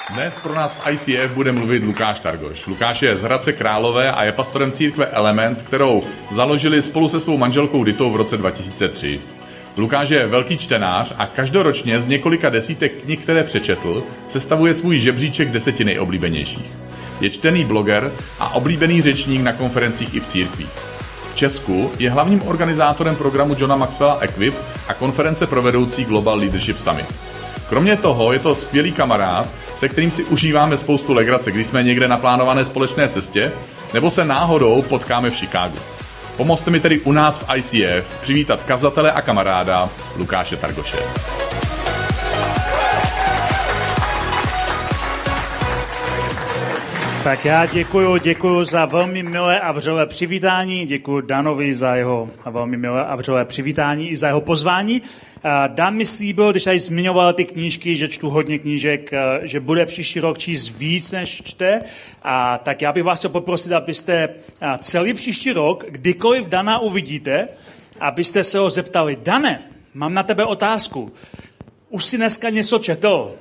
Dnes pro nás v ICF bude mluvit Lukáš Targoš. Lukáš je z Hradce Králové a je pastorem církve Element, kterou založili spolu se svou manželkou Ditou v roce 2003. Lukáš je velký čtenář a každoročně z několika desítek knih, které přečetl, sestavuje svůj žebříček 10 nejoblíbenějších. Je čtený bloger a oblíbený řečník na konferencích i v církvích. V Česku je hlavním organizátorem programu Johna Maxwella Equip a konference pro vedoucí Global Leadership Summit. Kromě toho je to skvělý kamarád, se kterým si užíváme spoustu legrace, když jsme někde na plánované společné cestě, nebo se náhodou potkáme v Chicagu. Pomozte mi tedy u nás v ICF přivítat kazatele a kamaráda Lukáše Targoše. Tak já děkuju za velmi milé a vřelé přivítání. Děkuju Danovi za jeho velmi milé a vřelé přivítání i za jeho pozvání. Dan mi slíbil, když tady zmiňoval ty knížky, že čtu hodně knížek, že bude příští rok číst víc, než čte. Tak já bych vás chtěl poprosit, abyste celý příští rok, kdykoliv Dana uvidíte, abyste se ho zeptali: Dane, mám na tebe otázku. Už jsi dneska něco četl?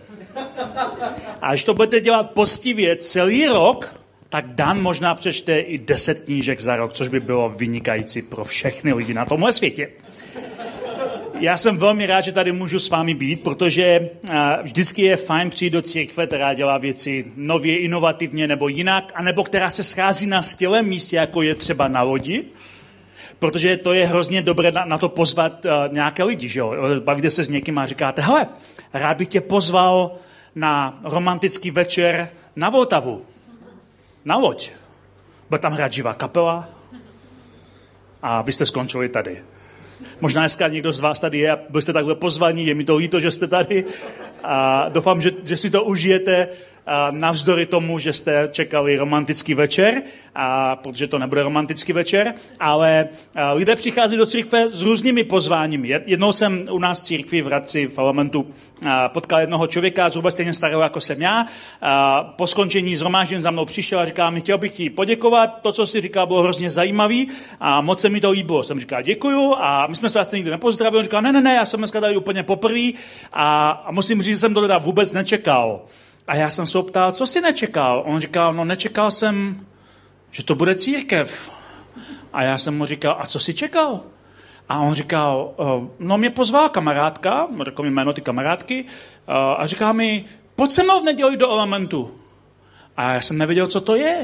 A když to budete dělat poctivě celý rok, tak Dan možná přečte i 10 knížek za rok, což by bylo vynikající pro všechny lidi na tomhle světě. Já jsem velmi rád, že tady můžu s vámi být, protože vždycky je fajn přijít do církve, která dělá věci nově, inovativně nebo jinak, anebo která se schází na skvělém místě, jako je třeba na lodi, protože to je hrozně dobré na to pozvat nějaké lidi, že jo? Bavíte se s někým a říkáte: hele, rád bych tě pozval na romantický večer na Vltavu, na loď. Bude tam hrát živá kapela a vy jste skončili tady. Možná dneska někdo z vás tady je a byste takhle pozvaní, je mi to líto, že jste tady a doufám, že si to užijete navzdory tomu, že jste čekali romantický večer, protože to nebude romantický večer, ale lidé přichází do církve s různými pozváními. Jednou jsem u nás v církvi v Hradci v Elementu potkal jednoho člověka, zhruba stejně starého jako jsem já. Po skončení shromáždění za mnou přišel a říkal mi: chtěl bych ti poděkovat, to, co jsi říkal, bylo hrozně zajímavý a moc se mi to líbilo. Jsem říkal: děkuju, a my jsme se vlastně nikdy nepozdravili. On říkal: ne, já jsem dneska tady úplně poprvé a musím říct, že jsem to teda vůbec nečekal. A já jsem se ho ptal: co jsi nečekal? On říkal: no nečekal jsem, že to bude církev. A já jsem mu říkal: a co jsi čekal? A on říkal: no mě pozvala kamarádka, řekl mi jméno ty kamarádky, a říkal mi: pojď se mnou v neděli do Elementu. A já jsem nevěděl, co to je.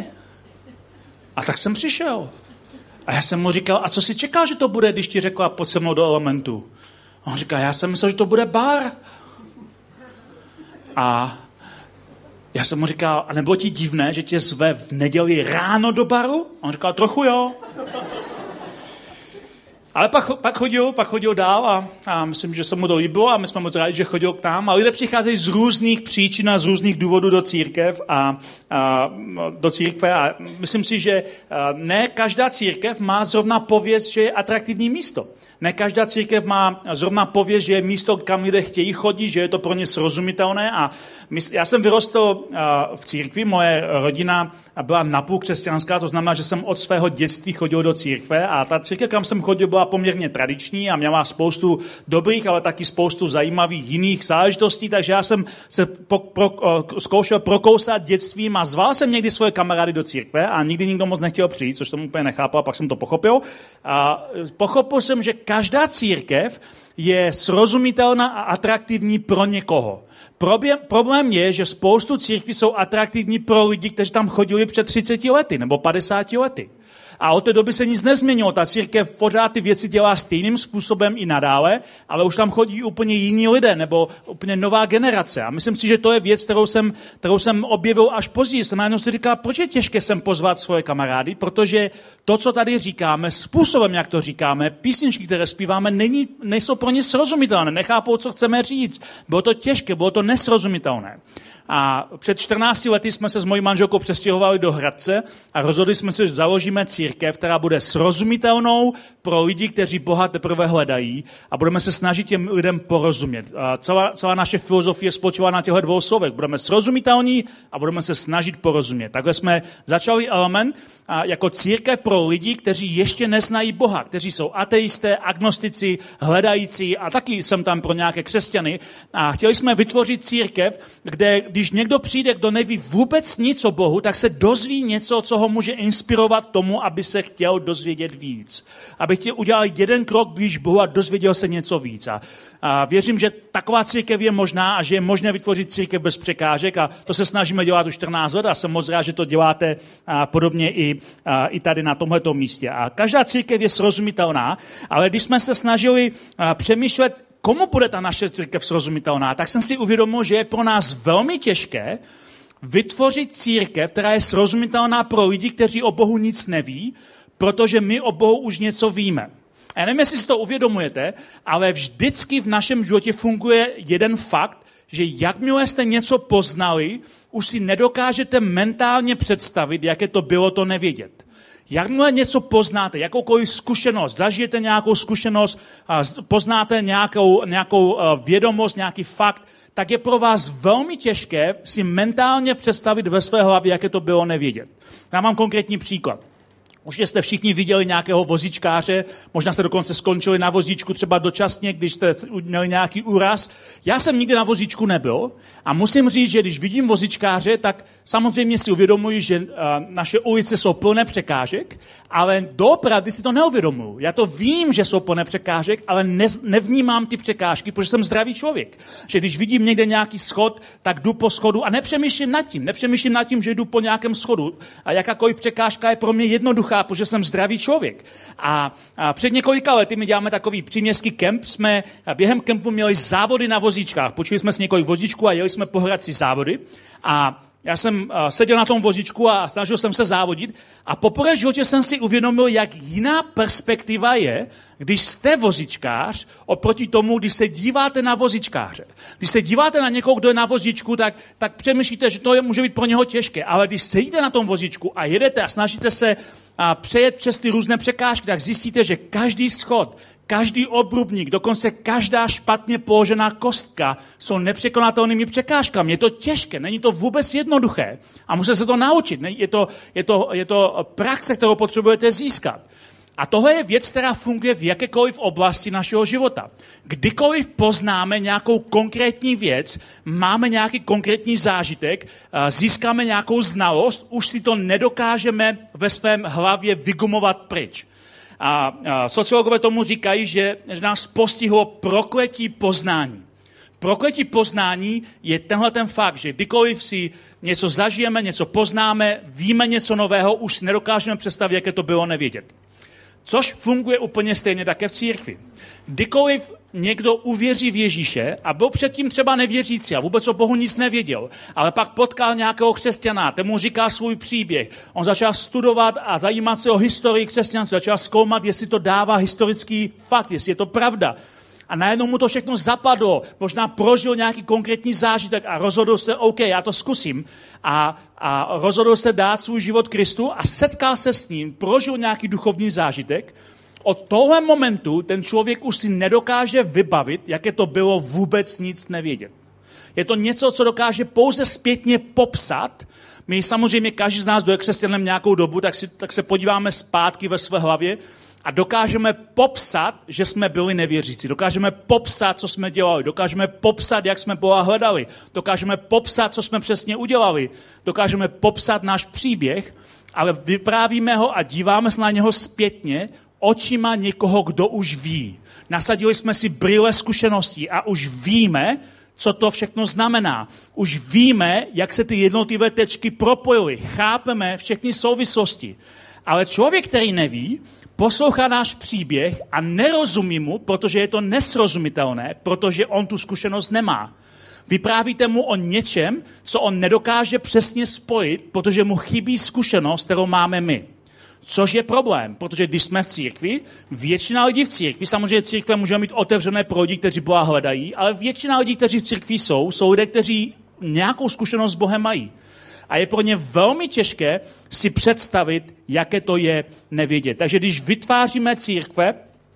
A tak jsem přišel. A já jsem mu říkal: a co jsi čekal, že to bude, když ti řekla: pojď se mnou do Elementu? A on říkal: já jsem myslel, že to bude bar. A já jsem mu říkal: a nebylo ti divné, že tě zve v neděli ráno do baru? A on říkal: trochu jo. Ale pak chodil dál a myslím, že se mu to líbilo a my jsme moc rádi, že chodil k nám. A lidé přicházejí z různých příčin a z různých důvodů do církve a myslím si, že ne každá církev má zrovna pověst, že je atraktivní místo. Ne každá církev má zrovna pověst, že je místo, kam lidé chtějí chodit, že je to pro ně srozumitelné. A já jsem vyrostl v církvi, moje rodina byla napůl křesťanská, to znamená, že jsem od svého dětství chodil do církve a ta církev, kam jsem chodil, byla poměrně tradiční a měla spoustu dobrých, ale taky spoustu zajímavých jiných záležitostí, takže já jsem se zkoušel prokousat dětstvím a zval jsem někdy svoje kamarády do církve a nikdy nikdo moc nechtěl přijít, což jsem úplně nechápal, pak jsem to pochopil. A pochopil jsem, že každá církev je srozumitelná a atraktivní pro někoho. Problém je, že spoustu církví jsou atraktivní pro lidi, kteří tam chodili před 30 lety nebo 50 lety. A od té doby se nic nezměnilo. Ta církev pořád ty věci dělá stejným způsobem i nadále, ale už tam chodí úplně jiní lidé nebo úplně nová generace. A myslím si, že to je věc, kterou jsem objevil až později. Jsem najednou si říkal, proč je těžké sem pozvat svoje kamarády, protože to, co tady říkáme, způsobem, jak to říkáme, písničky, které zpíváme, nejsou pro ně srozumitelné, nechápou, co chceme říct. Bylo to těžké, bylo to nesrozumitelné. A před 14 lety jsme se s mojí manželkou přestěhovali do Hradce a rozhodli jsme se, že založíme církev, která bude srozumitelnou pro lidi, kteří Boha teprve hledají a budeme se snažit těm lidem porozumět. A celá naše filozofie spočívá na těchto dvou slovech. Budeme srozumitelní a budeme se snažit porozumět. Takhle jsme začali Element jako církev pro lidi, kteří ještě neznají Boha, kteří jsou ateisté, agnostici, hledající a taky jsem tam pro nějaké křesťany. A chtěli jsme vytvořit církev, kde když někdo přijde, kdo neví vůbec nic o Bohu, tak se dozví něco, co ho může inspirovat tomu, aby se chtěl dozvědět víc. Aby chtěl udělat jeden krok blíž Bohu a dozvěděl se něco víc. A věřím, že taková církev je možná a že je možné vytvořit církev bez překážek a to se snažíme dělat už 14 let a jsem moc rád, že to děláte podobně i tady na tomhleto místě. A každá církev je srozumitelná, ale když jsme se snažili přemýšlet, komu bude ta naše církev srozumitelná, tak jsem si uvědomil, že je pro nás velmi těžké vytvořit církev, která je srozumitelná pro lidi, kteří o Bohu nic neví, protože my o Bohu už něco víme. A já nevím, jestli si to uvědomujete, ale vždycky v našem životě funguje jeden fakt, že jakmile jste něco poznali, už si nedokážete mentálně představit, jaké to bylo to nevědět. Jakmile něco poznáte, jakoukoliv zkušenost, zažijete nějakou zkušenost, poznáte nějakou vědomost, nějaký fakt, tak je pro vás velmi těžké si mentálně představit ve své hlavě, jaké to bylo nevědět. Já mám konkrétní příklad. Už jste všichni viděli nějakého vozíčkáře, možná jste dokonce skončili na vozíčku třeba dočasně, když jste měli nějaký úraz. Já jsem nikdy na vozíčku nebyl a musím říct, že když vidím vozíčkáře, tak samozřejmě si uvědomuji, že naše ulice jsou plné překážek, ale doopravdy si to neuvědomuji. Já to vím, že jsou plné překážek, ale nevnímám ty překážky, protože jsem zdravý člověk. Že když vidím někde nějaký schod, tak jdu po schodu a nepřemýšlím nad tím, že jdu po nějakém schodu. A jakákoliv překážka je pro mě jednoduchá, protože jsem zdravý člověk. A před několika lety my děláme takový příměstský kemp. Jsme během kempu měli závody na vozíčkách. Počuli jsme si několik vozíčků a jeli jsme po Hradci závody. A já jsem seděl na tom vozíčku a snažil jsem se závodit. A poprvé v životě jsem si uvědomil, jak jiná perspektiva je, když jste vozíčkář, oproti tomu, když se díváte na vozíčkáře. Když se díváte na někoho, kdo je na vozíčku, tak přemýšlíte, že to může být pro něho těžké. Ale když sedíte na tom vozíčku a jedete a snažíte se přejet přes ty různé překážky, tak zjistíte, že každý schod, každý obrubník, dokonce každá špatně položená kostka jsou nepřekonatelnými překážkami. Je to těžké, není to vůbec jednoduché a musíte se to naučit. Je to praxe, kterou potřebujete získat. A tohle je věc, která funguje v jakékoliv oblasti našeho života. Kdykoliv poznáme nějakou konkrétní věc, máme nějaký konkrétní zážitek, získáme nějakou znalost, už si to nedokážeme ve svém hlavě vygumovat pryč. A sociologové tomu říkají, že nás postihlo prokletí poznání. Prokletí poznání je tenhle ten fakt, že kdykoliv si něco zažijeme, něco poznáme, víme něco nového, už si nedokážeme představit, jaké to bylo nevědět. Což funguje úplně stejně také v církvi. Kdykoliv někdo uvěří v Ježíše a byl předtím třeba nevěřící a vůbec o Bohu nic nevěděl, ale pak potkal nějakého křesťana, ten mu říká svůj příběh. On začal studovat a zajímat se o historii křesťanství, začal zkoumat, jestli to dává historický fakt, jestli je to pravda. A najednou mu to všechno zapadlo, možná prožil nějaký konkrétní zážitek a rozhodl se, OK, já to zkusím. A rozhodl se dát svůj život Kristu a setkal se s ním, prožil nějaký duchovní zážitek. Od tohle momentu ten člověk už si nedokáže vybavit, jaké to bylo vůbec nic nevědět. Je to něco, co dokáže pouze zpětně popsat. My samozřejmě, každý z nás, kdo je křesťanem nějakou dobu, tak se podíváme zpátky ve své hlavě a dokážeme popsat, že jsme byli nevěřící. Dokážeme popsat, co jsme dělali. Dokážeme popsat, jak jsme Boha hledali. Dokážeme popsat, co jsme přesně udělali. Dokážeme popsat náš příběh, ale vyprávíme ho a díváme se na něho zpětně očima někoho, kdo už ví. Nasadili jsme si brýle zkušeností a už víme, co to všechno znamená. Už víme, jak se ty jednotlivé tečky propojily. Chápeme všechny souvislosti. Ale člověk, který neví, poslouchá náš příběh a nerozumí mu, protože je to nesrozumitelné, protože on tu zkušenost nemá. Vyprávíte mu o něčem, co on nedokáže přesně spojit, protože mu chybí zkušenost, kterou máme my. Což je problém, protože když jsme v církvi, většina lidí v církvi, samozřejmě církve můžeme mít otevřené pro lidi, kteří Boha hledají, ale většina lidí, kteří v církvi jsou lidé, kteří nějakou zkušenost s Bohem mají. A je pro ně velmi těžké si představit, jaké to je nevědět. Takže když vytváříme církve,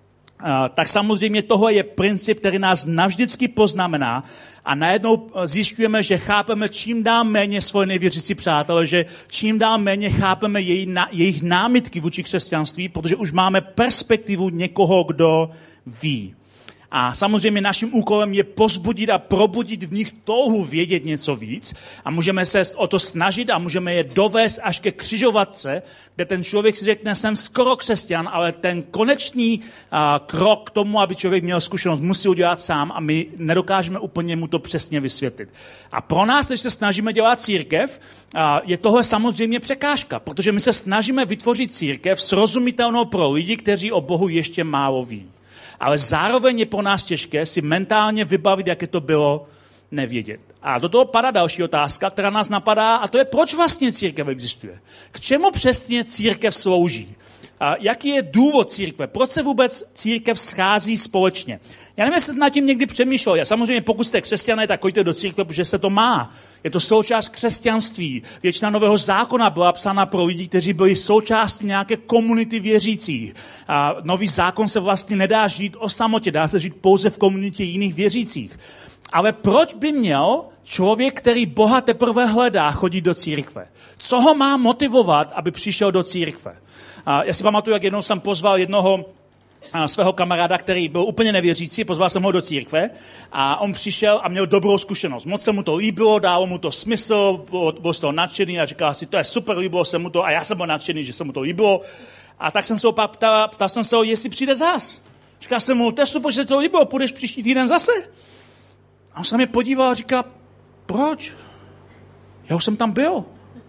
tak samozřejmě tohle je princip, který nás navždycky poznamená a najednou zjišťujeme, že chápeme čím dál méně svoje nevěřící přátelé, že čím dál méně chápeme jejich námitky vůči křesťanství, protože už máme perspektivu někoho, kdo ví. A samozřejmě naším úkolem je pozbudit a probudit v nich touhu vědět něco víc a můžeme se o to snažit a můžeme je dovést až ke křižovatce, kde ten člověk si řekne, jsem skoro křesťan, ale ten konečný krok k tomu, aby člověk měl zkušenost, musí udělat sám a my nedokážeme úplně mu to přesně vysvětlit. A pro nás, když se snažíme dělat církev, je tohle samozřejmě překážka, protože my se snažíme vytvořit církev srozumitelnou pro lidi, kteří o Bohu ještě málo ví. Ale zároveň je pro nás těžké si mentálně vybavit, jaké to bylo nevědět. A do toho padá další otázka, která nás napadá, a to je, proč vlastně církev existuje? K čemu přesně církev slouží? A jaký je důvod církve? Proč se vůbec církev schází společně? Já nevím, jestli nad tím někdy přemýšlel. Já samozřejmě, pokud jste křesťané, tak choďte do církve, protože se to má. Je to součást křesťanství. Většina Nového zákona byla psána pro lidi, kteří byli součástí nějaké komunity věřících. A Nový zákon se vlastně nedá žít o samotě, dá se žít pouze v komunitě jiných věřících. Ale proč by měl člověk, který Boha teprve hledá, chodit do církve? Co ho má motivovat, aby přišel do církve? Já si pamatuju, jak jednou jsem pozval jednoho svého kamaráda, který byl úplně nevěřící, pozval jsem ho do církve a on přišel a měl dobrou zkušenost. Moc se mu to líbilo, dalo mu to smysl, byl z toho nadšený a říkal si, to je super, líbilo se mu to a já jsem byl nadšený, že se mu to líbilo. A tak jsem se ho ptal jsem se ho, jestli přijde zás. Říkal jsem mu, to je super, že se to líbilo, půjdeš příští týden zase. A on se na mě podíval a říká, proč? Já už jsem tam byl.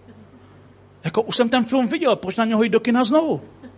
Jako už jsem ten film viděl, proč na něho jít do kina znovu?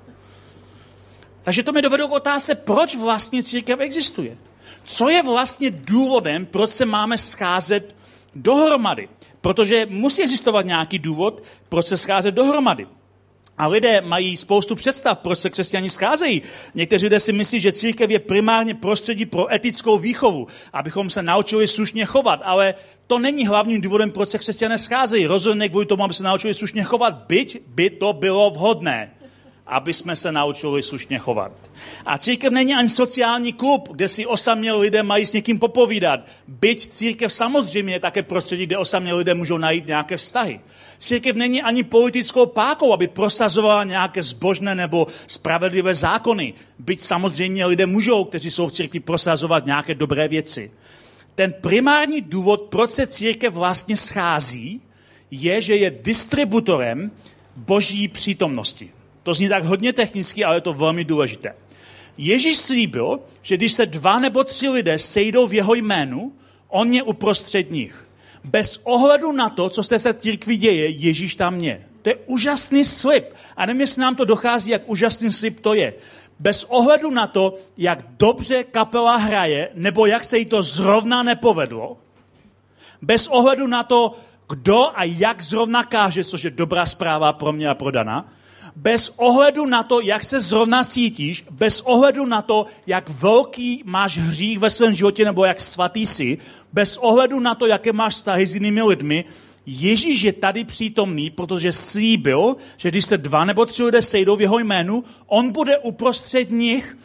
Takže to mi dovedlo k otázce, proč vlastně církev existuje. Co je vlastně důvodem, proč se máme scházet dohromady? Protože musí existovat nějaký důvod, proč se scházet dohromady. A lidé mají spoustu představ, proč se křesťani scházejí. Někteří lidé si myslí, že církev je primárně prostředí pro etickou výchovu, abychom se naučili slušně chovat, ale to není hlavním důvodem, proč se křesťané scházejí. Rozhodně kvůli tomu, aby se naučili slušně chovat, byť by to bylo vhodné, aby jsme se naučili slušně chovat. A církev není ani sociální klub, kde si osamělí lidé mají s někým popovídat. Byť církev samozřejmě je také prostředí, kde osamělí lidé můžou najít nějaké vztahy. Církev není ani politickou pákou, aby prosazovala nějaké zbožné nebo spravedlivé zákony. Byť samozřejmě lidé můžou, kteří jsou v církvi, prosazovat nějaké dobré věci. Ten primární důvod, proč se církev vlastně schází, je, že je distributorem boží přítomnosti. To zní tak hodně technicky, ale je to velmi důležité. Ježíš slíbil, že když se 2 nebo 3 lidé sejdou v jeho jménu, on je uprostřed nich. Bez ohledu na to, co se v té církvi děje, Ježíš tam je. To je úžasný slib. A nevím, jestli nám to dochází, jak úžasný slib to je. Bez ohledu na to, jak dobře kapela hraje, nebo jak se jí to zrovna nepovedlo, bez ohledu na to, kdo a jak zrovna káže, což je dobrá zpráva pro mě a pro Dana, bez ohledu na to, jak se zrovna cítíš, bez ohledu na to, jak velký máš hřích ve svém životě nebo jak svatý jsi, bez ohledu na to, jaké máš vztahy s jinými lidmi, Ježíš je tady přítomný, protože slíbil, že když se 2 nebo 3 lidé sejdou v jeho jménu, on bude uprostřed nich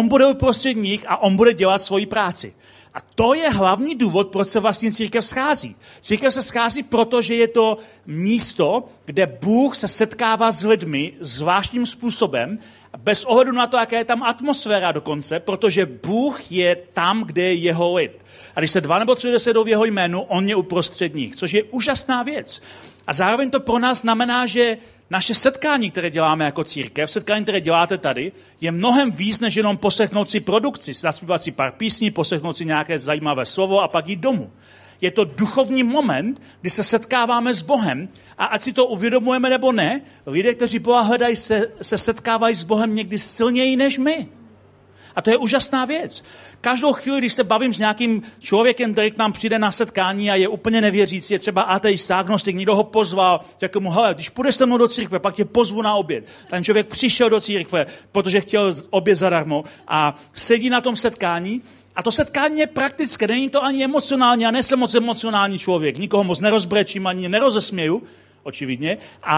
a on bude dělat svoji práci. A to je hlavní důvod, proč se vlastně církev schází. Církev se schází, protože je to místo, kde Bůh se setkává s lidmi zvláštním způsobem, bez ohledu na to, jaká je tam atmosféra dokonce, protože Bůh je tam, kde je jeho lid. A když se 2 nebo 3 lidé sejdou v jeho jménu, on je uprostřed nich, což je úžasná věc. A zároveň to pro nás znamená, že naše setkání, které děláme jako církev, setkání, které děláte tady, je mnohem víc, než jenom poslechnout si produkci, naspívat si pár písní, poslechnout si nějaké zajímavé slovo a pak jít domů. Je to duchovní moment, kdy se setkáváme s Bohem a ať si to uvědomujeme nebo ne, lidé, kteří Boha hledají, se setkávají s Bohem někdy silněji než my. A to je úžasná věc. Každou chvíli, když se bavím s nějakým člověkem, který k nám přijde na setkání a je úplně nevěřící, je třeba ateista, agnostik, někdo ho pozval, řekl mu, hele, když půjdeš se mnou do církve, pak tě pozvu na oběd. Ten člověk přišel do církve, protože chtěl oběd zadarmo a sedí na tom setkání. A to setkání je praktické, není to ani emocionální, já nejsem moc emocionální člověk, nikoho moc nerozbrečím, ani nerozesměju, očividně,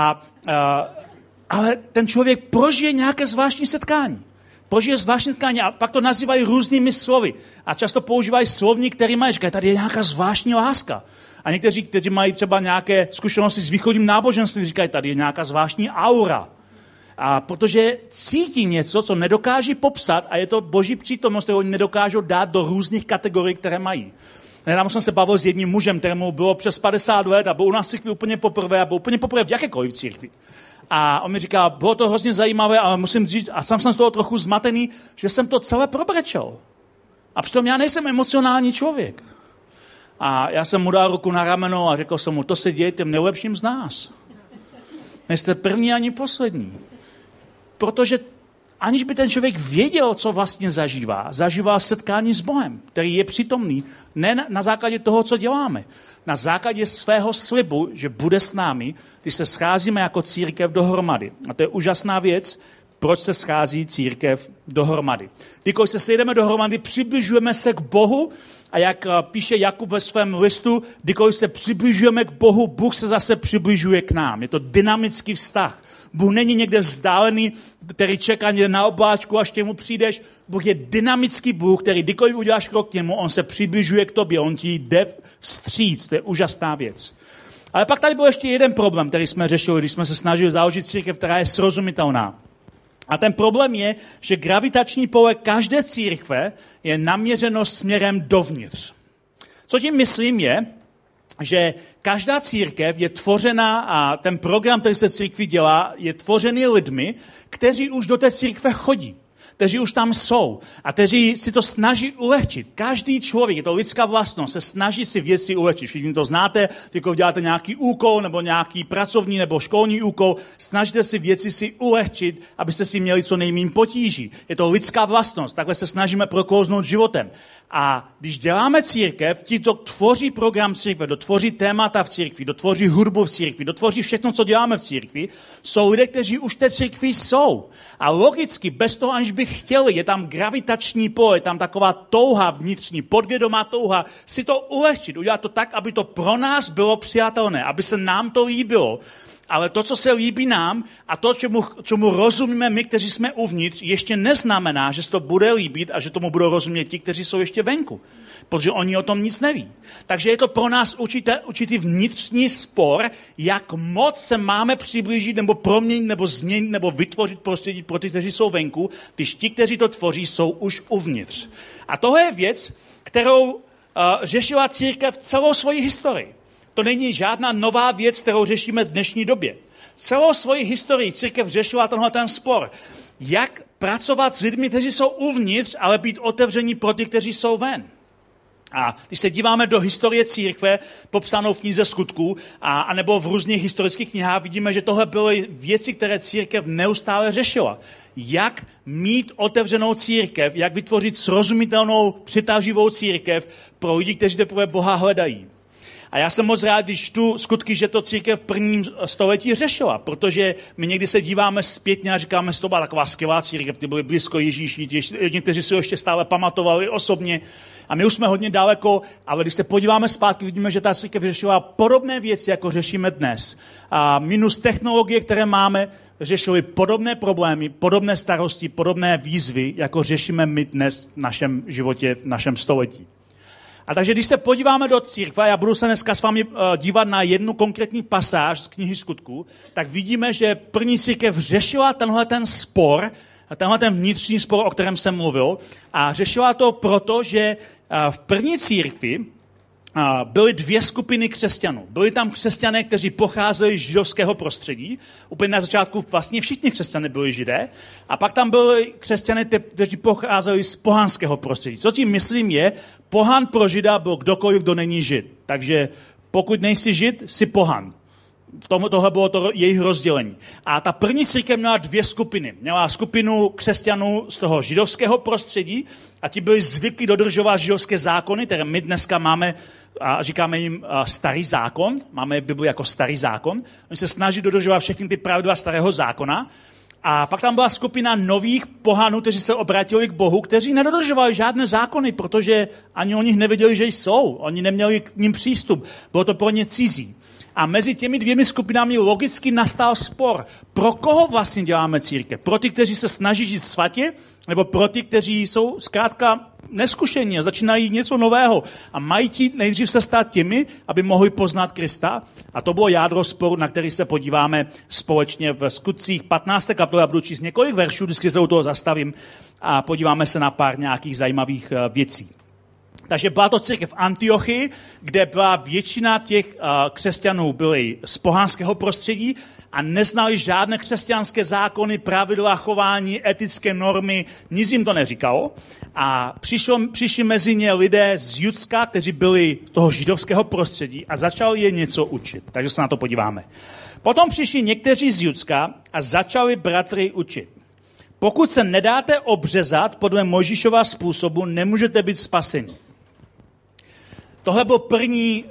ale ten člověk prožije nějaké zvláštní setkání. Prožije zvláštní setkání a pak to nazývají různými slovy. A často používají slovník, který mají, říkají, tady je nějaká zvláštní láska. A někteří, kteří mají třeba nějaké zkušenosti s východním náboženstvím, říkají, tady je nějaká zvláštní aura. A protože cítí něco, co nedokáží popsat a je to boží přítomnost, kterou oni nedokážou dát do různých kategorií, které mají. Nedávno jsem se bavil s jedním mužem, kterému bylo přes 50 let a byl u nás církvi úplně poprvé a byl úplně poprvé v jakékoliv církvi. A on mi říká, bylo to hrozně zajímavé, ale musím říct, a sám jsem z toho trochu zmatený, že jsem to celé probrečel. A přitom já nejsem emocionální člověk. A já jsem mu dal ruku na rameno a řekl jsem mu, to se děje těm nejlepším z nás. Nejste první ani poslední. Protože aniž by ten člověk věděl, co vlastně zažívá setkání s Bohem, který je přítomný, ne na základě toho, co děláme, na základě svého slibu, že bude s námi, když se scházíme jako církev dohromady. A to je úžasná věc, proč se schází církev dohromady. Když se sejdeme dohromady, přibližujeme se k Bohu a jak píše Jakub ve svém listu, když se přibližujeme k Bohu, Bůh se zase přibližuje k nám. Je to dynamický vztah. Bůh není někde vzdálený, který čeká někde na obláčku, až k němu přijdeš. Bůh je dynamický Bůh, který kdykoliv uděláš krok k němu, on se přibližuje k tobě, on ti jde vstříc. To je úžasná věc. Ale pak tady byl ještě jeden problém, který jsme řešili, když jsme se snažili založit církev, která je srozumitelná. A ten problém je, že gravitační pole každé církve je naměřeno směrem dovnitř. Co tím myslím je, že každá církev je tvořena a ten program, který se církví dělá, je tvořený lidmi, kteří už do té církve chodí, kteří už tam jsou a kteří si to snaží ulehčit. Každý člověk, je to lidská vlastnost, se snaží si věci ulehčit. Všichni to znáte, když děláte nějaký úkol nebo nějaký pracovní nebo školní úkol, snažíte si věci si ulehčit, abyste si měli co nejméně potíží. Je to lidská vlastnost, takhle se snažíme proklouznout životem. A když děláme církev, ti to tvoří program církve, dotvoří témata v církvi, dotvoří hudbu v církvi, dotvoří všechno, co děláme v církvi, jsou lidé, kteří už v té církvi jsou. A logicky, bez toho, aniž by chtěli, je tam gravitační pole, je tam taková touha vnitřní, podvědomá touha, si to ulehčit, udělat to tak, aby to pro nás bylo přijatelné, aby se nám to líbilo. Ale to, co se líbí nám a to, čemu rozumíme my, kteří jsme uvnitř, ještě neznamená, že se to bude líbit a že tomu budou rozumět ti, kteří jsou ještě venku. Protože oni o tom nic neví. Takže je to pro nás určitý vnitřní spor, jak moc se máme přiblížit nebo proměnit nebo změnit nebo vytvořit prostředí pro ty, kteří jsou venku, když ti, kteří to tvoří, jsou už uvnitř. A tohle je věc, kterou řešila církev celou svoji historii. To není žádná nová věc, kterou řešíme v dnešní době. Celou svoji historii církev řešila ten spor. Jak pracovat s lidmi, kteří jsou uvnitř, ale být otevření pro ty, kteří jsou ven. A když se díváme do historie církve, popsanou v knize Skutků, anebo v různých historických knihách, vidíme, že tohle byly věci, které církev neustále řešila. Jak mít otevřenou církev, jak vytvořit srozumitelnou, přitažlivou církev pro lidi, kteří teprve Boha hledají. A já jsem moc rád, když tu Skutky, že to církev v prvním století řešila, protože my někdy se díváme zpětně a říkáme, že to byla taková skvělá církev, ty byly blízko Ježíši, někteří si ho ještě stále pamatovali osobně a my už jsme hodně daleko, ale když se podíváme zpátky, vidíme, že ta církev řešila podobné věci, jako řešíme dnes. A minus technologie, které máme, řešili podobné problémy, podobné starosti, podobné výzvy, jako řešíme my dnes v našem životě, v našem století. A takže když se podíváme do církve, já budu se dneska s vámi dívat na jednu konkrétní pasáž z knihy Skutků, tak vidíme, že první církev řešila tenhle spor, tenhle vnitřní spor, o kterém jsem mluvil, a řešila to proto, že v první církvi byly dvě skupiny křesťanů. Byli tam křesťané, kteří pocházeli z židovského prostředí. Úplně na začátku vlastně všichni křesťané byli židé. A pak tam byli křesťané, kteří pocházeli z pohanského prostředí. Co tím myslím je, pohan pro žida byl kdokoliv, kdo není žid. Takže pokud nejsi žid, jsi pohan. Tohle bylo to jejich rozdělení. A ta první církev měla dvě skupiny. Měla skupinu křesťanů z toho židovského prostředí a ti byli zvyklí dodržovat židovské zákony, které my dneska máme a říkáme jim starý zákon. Máme Bibli jako starý zákon. Oni se snaží dodržovat všechny ty pravidla starého zákona. A pak tam byla skupina nových pohanů, kteří se obrátili k Bohu, kteří nedodržovali žádné zákony, protože ani o nich nevěděli, že jsou. Oni neměli k ním přístup. Bylo to pro ně cizí. A mezi těmi dvěmi skupinami logicky nastal spor. Pro koho vlastně děláme církev? Pro ty, kteří se snaží žít svatě, nebo pro ty, kteří jsou zkrátka neskušení a začínají něco nového a mají nejdřív se stát těmi, aby mohli poznat Krista. A to bylo jádro sporu, na který se podíváme společně v Skutcích 15. kapitole. Já budu číst několik veršů, vždycky se u toho zastavím a podíváme se na pár nějakých zajímavých věcí. Takže byla to církev v Antiochii, kde byla většina těch křesťanů byli z pohanského prostředí a neznali žádné křesťanské zákony, pravidla chování, etické normy, nic jim to neříkalo. A přišli mezi ně lidé z Judska, kteří byli toho židovského prostředí a začali je něco učit. Takže se na to podíváme. Potom přišli někteří z Judska a začali bratry učit. Pokud se nedáte obřezat podle Mojžíšova způsobu, nemůžete být spaseni. Tohle byl první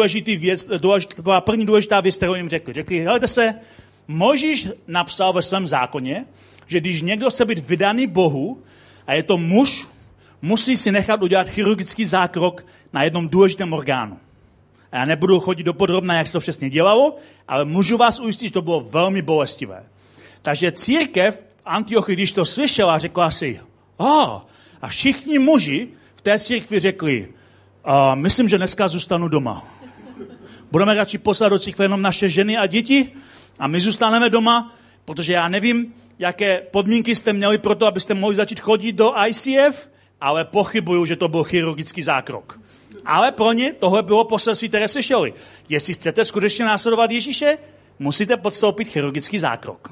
důležitá věc, kterou jim řekli. Řekli, helejte se, Mojžíš napsal ve svém zákoně, že když někdo chce být vydaný Bohu a je to muž, musí si nechat udělat chirurgický zákrok na jednom důležitém orgánu. A já nebudu chodit do podrobna, jak se to přesně dělalo, ale můžu vás ujistit, že to bylo velmi bolestivé. Takže církev v Antiochii, když to slyšela, řekla si, a všichni muži v té církvi řekli, myslím, že dneska zůstanu doma. Budeme radši poslat do církve jenom naše ženy a děti a my zůstaneme doma, protože já nevím, jaké podmínky jste měli pro to, abyste mohli začít chodit do ICF, ale pochybuju, že to byl chirurgický zákrok. Ale pro ně tohle bylo poselství, které slyšeli. Jestli chcete skutečně následovat Ježíše, musíte podstoupit chirurgický zákrok.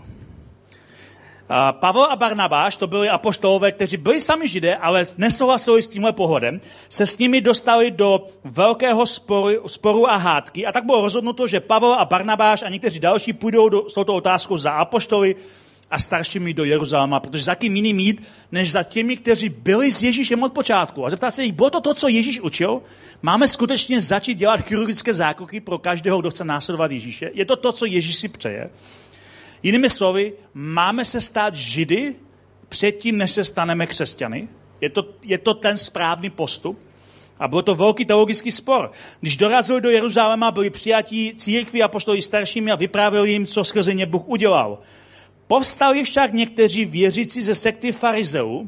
Pavel a Barnabáš, to byli apoštolové, kteří byli sami Židé, ale nesouhlasili s tímhle pohledem, se s nimi dostali do velkého sporu a hádky a tak bylo rozhodnuto, že Pavel a Barnabáš a někteří další půjdou s touto otázkou za apoštoly a staršími do Jeruzaléma, protože za kým jiným jít, než za těmi, kteří byli s Ježíšem od počátku. A zeptá se jich, bylo to, co Ježíš učil? Máme skutečně začít dělat chirurgické zákroky pro každého, kdo chce následovat Ježíše? Je to, co Ježíš si přeje? Jinými slovy, máme se stát Židy předtím, než se staneme křesťany? Je to ten správný postup? A byl to velký teologický spor. Když dorazili do Jeruzaléma, byli přijatí církví apoštolí staršími a vyprávěli jim, co skrze ně Bůh udělal. Povstali však někteří věřící ze sekty farizeů,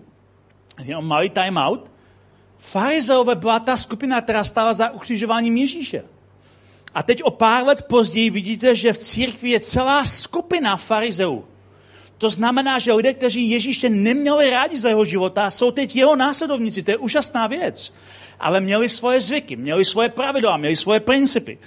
malý time out. Farizeové byla ta skupina, která stála za ukřižováním Ježíše. A teď o pár let později vidíte, že v církvi je celá skupina farizeů. To znamená, že lidé, kteří Ježíše neměli rádi za jeho života, jsou teď jeho následovníci. To je úžasná věc. Ale měli svoje zvyky, měli svoje pravidla, měli svoje principy.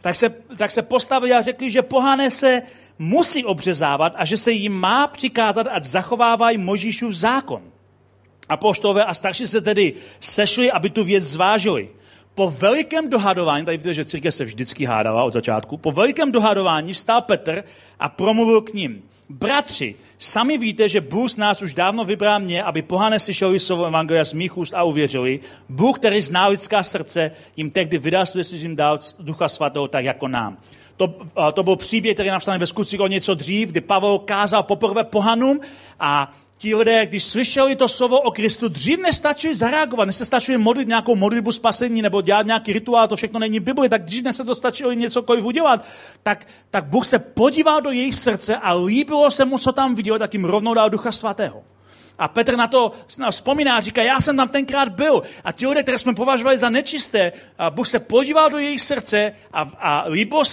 Tak se postavili a řekli, že pohané se musí obřezávat a že se jim má přikázat, ať zachovávají Mojžíšův zákon. Apoštolové a starší se tedy sešli, aby tu věc zvážili. Po velikém dohadování, tady vidíte, že církev se vždycky hádala od začátku, po velikém dohadování vstal Petr a promluvil k ním. Bratři, sami víte, že Bůh z nás už dávno vybral mě, aby pohané slyšeli slovo evangelia z mých úst a uvěřili. Bůh, který zná lidská srdce, jim tehdy vydal jim dal Ducha Svatého tak jako nám. To byl příběh, který je napsaný ve Skutcích o něco dřív, kdy Pavel kázal poprvé pohanům a ti lidé, když slyšeli to slovo o Kristu, dřív nestačili zareagovat, než se stačili modlit nějakou modlitbu spasení nebo dělat nějaký rituál, to všechno není v Bibli, tak dřív než se to stačili něcokoliv udělat, tak Bůh se podíval do jejich srdce a líbilo se mu, co tam viděl, tak jim rovnou dal Ducha Svatého. A Petr na to vzpomíná a říká, já jsem tam tenkrát byl. A ti lidé, které jsme považovali za nečisté, Bůh se podíval do jejich srdce a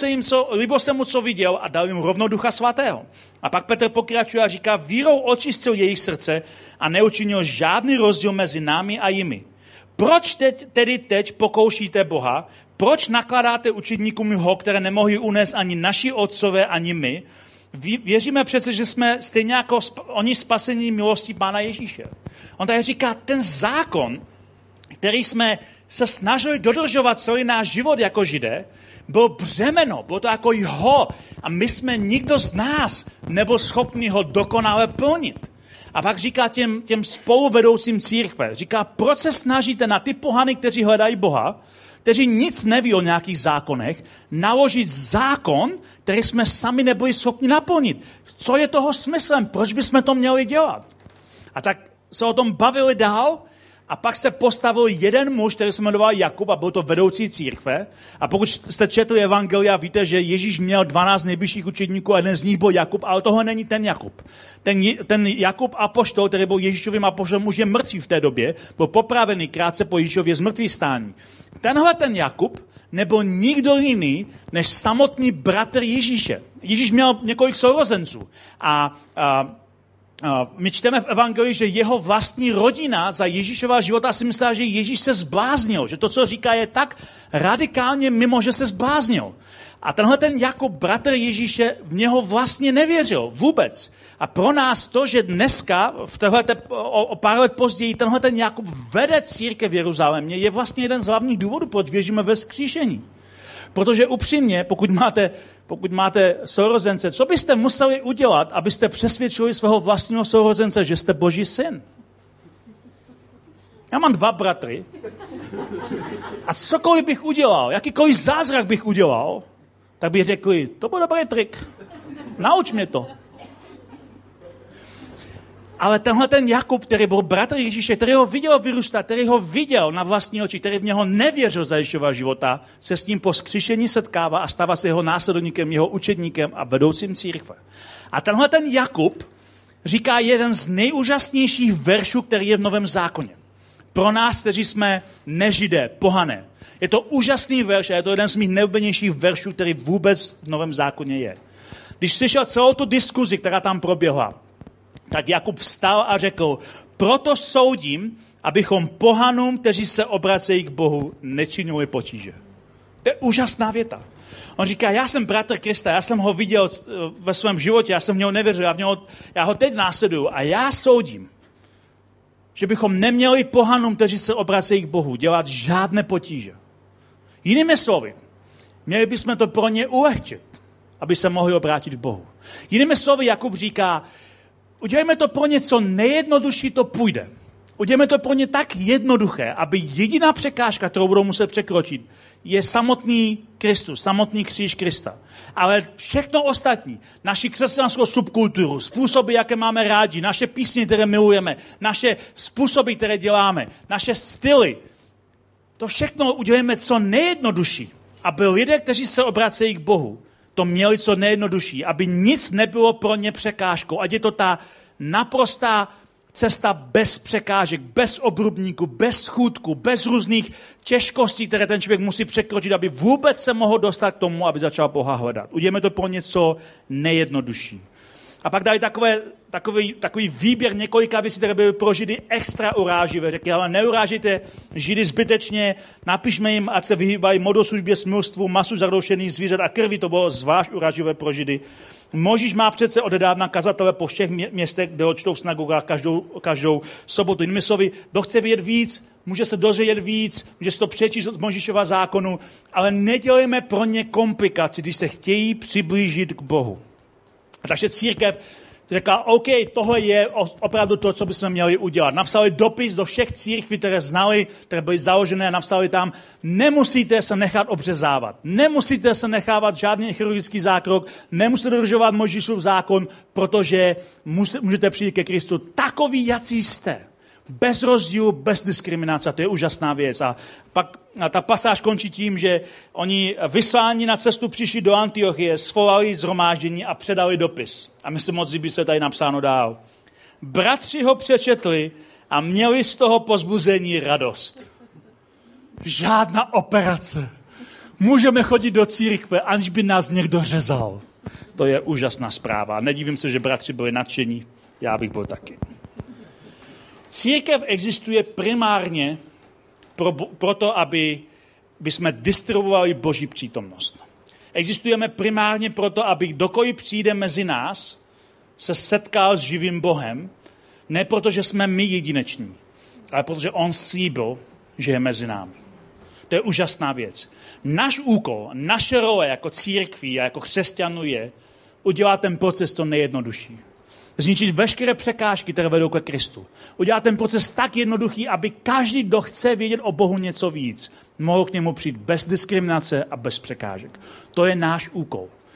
líbilo se mu, co viděl a dal jim rovnou Ducha Svatého. A pak Petr pokračuje a říká, vírou očistil jejich srdce a neučinil žádný rozdíl mezi námi a jimi. Proč teď pokoušíte Boha? Proč nakladáte učedníkům ho, které nemohli unést ani naši otcové, ani my? Věříme přece, že jsme stejně jako oni spasení milostí Pána Ježíše. On tady říká, ten zákon, který jsme se snažili dodržovat celý náš život jako Židé, byl břemeno, bylo to jako jeho a my jsme nikdo z nás nebyl schopný ho dokonale plnit. A pak říká těm spoluvedoucím církve, říká, proč se snažíte na ty pohany, kteří hledají Boha, kteří nic neví o nějakých zákonech, naložit zákon, který jsme sami nebyli schopni naplnit. Co je toho smyslem? Proč bychom to měli dělat? A tak se o tom bavili dál A pak se postavil jeden muž, který se jmenoval Jakub a byl to vedoucí církve. A pokud jste četli evangelia, víte, že Ježíš měl 12 nejbližších učedníků a jeden z nich byl Jakub, ale tohle není ten Jakub. Ten Jakub apoštol, který byl Ježíšovým apoštolem, už je mrtvý v té době, byl popravený krátce po Ježíšově zmrtvýchvstání. Tenhle ten Jakub nebyl nikdo jiný, než samotný bratr Ježíše. Ježíš měl několik sourozenců a my čteme v evangelii, že jeho vlastní rodina za Ježíšova života si myslela, že Ježíš se zbláznil, že to, co říká, je tak radikálně mimo, že se zbláznil. A tenhle ten Jakub, bratr Ježíše, v něho vlastně nevěřil vůbec. A pro nás to, že dneska, o pár let později, tenhle ten Jakub vede církev v Jeruzalémě, je vlastně jeden z hlavních důvodů, proč věříme ve vzkříšení. Protože upřímně, pokud máte sourozence, co byste museli udělat, abyste přesvědčili svého vlastního sourozence, že jste Boží syn? Já mám 2 bratry a cokoliv bych udělal, jakýkoliv zázrak bych udělal, tak bych řekli, to byl dobrý trik, nauč mě to. Ale tenhle ten Jakub, který byl bratr Ježíše, který ho viděl vyrůstat, který ho viděl na vlastní oči, který v něho nevěřil za Ježíšova života, se s ním po vzkříšení setkává a stává se jeho následovníkem, jeho učedníkem a vedoucím církve. A tenhle ten Jakub říká jeden z nejúžasnějších veršů, který je v Novém zákoně. Pro nás, kteří jsme nežidé, pohané. Je to úžasný verš a je to jeden z mých nejoblíbenějších veršů, který vůbec v Novém zákoně je. Když slyšel celou tu diskuzi, která tam proběhla, tak Jakub vstal a řekl, proto soudím, abychom pohanům, kteří se obracejí k Bohu, nečinili potíže. To je úžasná věta. On říká, já jsem bratr Krista, já jsem ho viděl ve svém životě, já jsem v něho nevěřil, já ho teď následuju a já soudím, že bychom neměli pohanům, kteří se obracejí k Bohu, dělat žádné potíže. Jinými slovy, měli bychom to pro ně ulehčit, aby se mohli obrátit k Bohu. Jinými slovy, Jakub říká, udělejme to pro ně, co nejjednodušší to půjde. Udělejme to pro ně tak jednoduché, aby jediná překážka, kterou budou muset překročit, je samotný Kristus, samotný kříž Krista. Ale všechno ostatní, naši křesťanskou subkulturu, způsoby, jaké máme rádi, naše písně, které milujeme, naše způsoby, které děláme, naše styly, to všechno udělejme co nejjednodušší, aby lidé, kteří se obracejí k Bohu, to měli co nejjednodušší, aby nic nebylo pro ně překážkou. Ať je to ta naprostá cesta bez překážek, bez obrubníku, bez schůdku, bez různých těžkostí, které ten člověk musí překročit, aby vůbec se mohl dostat k tomu, aby začal Boha hledat. Uděláme to pro něco nejjednodušší. A pak dali takový výběr několika věcí, které byly pro Židy extra uráživé. Řekli, ale neurážejte Židy zbytečně, napišme jim, ať se vyhýbají modloslužbě, smilstvu, masu zaroušených zvířat a krvi. To bylo zvlášť uráživé pro Židy. Mojžíš má přece odedávna kazatele po všech městech, kde ho čtou v synagogách každou sobotu. Jinými slovy, kdo chce vědět víc, může se dozvědět víc, může si to přečíst od Mojžíšova zákonu, ale nedělejme pro ně komplikaci, když se chtějí přiblížit k Bohu. A takže církev řekla, OK, tohle je opravdu to, co bychom měli udělat. Napsali dopis do všech církví, které znali, které byly založené, napsali tam, nemusíte se nechat obřezávat, nemusíte se nechávat žádný chirurgický zákrok, nemusíte dodržovat Mojžíšův zákon, protože můžete přijít ke Kristu takový, jací jste. Bez rozdílu, bez diskriminace, to je úžasná věc. A pak ta pasáž končí tím, že oni vyslání na cestu přišli do Antiochie, svolali shromáždění a předali dopis. A my se moc líbí, co je tady napsáno dál. Bratři ho přečetli a měli z toho povzbuzení radost. Žádná operace. Můžeme chodit do církve, aniž by nás někdo řezal. To je úžasná zpráva. Nedívím se, že bratři byli nadšení. Já bych byl taky. Církev existuje primárně proto, aby jsme distribuovali Boží přítomnost. Existujeme primárně proto, aby kdokoliv přijde mezi nás, se setkal s živým Bohem, ne proto, že jsme my jedineční, ale protože on slíbil, že je mezi námi. To je úžasná věc. Náš úkol, naše role jako církví a jako křesťanů je udělat ten proces to nejjednodušší. Zničit veškeré překážky, které vedou ke Kristu. Udělat ten proces tak jednoduchý, aby každý, kdo chce vědět o Bohu něco víc, mohl k němu přijít bez diskriminace a bez překážek. To je náš úkol.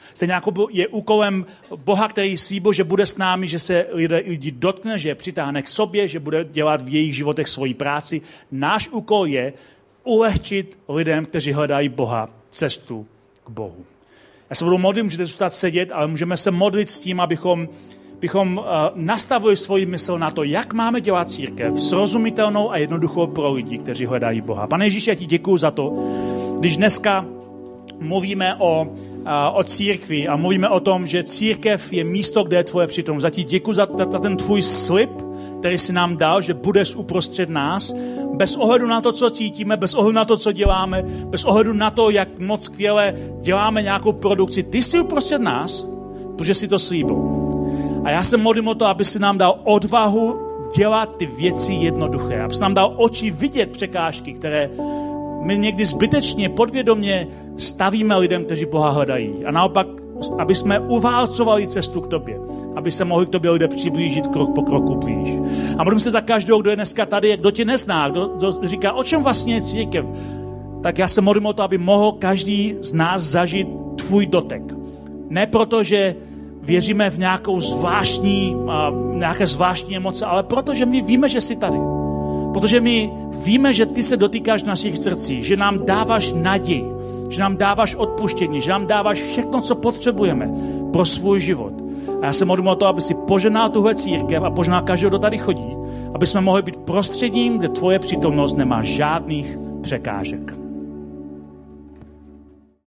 Stejně jako je úkolem Boha, který slíbil, že bude s námi, že se lidi dotkne, že je přitáhne k sobě, že bude dělat v jejich životech svoji práci. Náš úkol je ulehčit lidem, kteří hledají Boha, cestu k Bohu. Já se budu modlit, můžete zůstat sedět, ale můžeme se modlit s tím, abychom nastavili svoji mysl na to, jak máme dělat církev srozumitelnou a jednoduchou pro lidi, kteří hledají Boha. Pane Ježíši, já ti děkuju za to, když dneska mluvíme o církvi a mluvíme o tom, že církev je místo, kde je tvoje přítomnost. Já ti děkuju za ten tvůj slib, který jsi nám dal, že budeš uprostřed nás, bez ohledu na to, co cítíme, bez ohledu na to, co děláme, bez ohledu na to, jak moc skvěle děláme nějakou produkci. Ty jsi uprostřed nás, protože jsi to slíbil. A já se modlím o to, aby si nám dal odvahu dělat ty věci jednoduché. Aby si nám dal oči vidět překážky, které my někdy zbytečně, podvědomě stavíme lidem, kteří Boha hledají. A naopak, aby jsme uválcovali cestu k tobě. Aby se mohli k tobě lidé přiblížit krok po kroku blíž. A modlím se za každou, kdo je dneska tady, kdo tě nezná, kdo říká, o čem vlastně je církev. Tak já se modlím o to, aby mohl každý z nás zažít tvůj dotek. Ne proto, že věříme v nějaké zvláštní emoce, ale protože my víme, že jsi tady. Protože my víme, že ty se dotýkáš našich srdcí, že nám dáváš naději, že nám dáváš odpuštění, že nám dáváš všechno, co potřebujeme pro svůj život. A já se modlím o to, aby si požehnal tuhle církev a požehnal každého, kdo tady chodí, aby jsme mohli být prostředím, kde tvoje přítomnost nemá žádných překážek.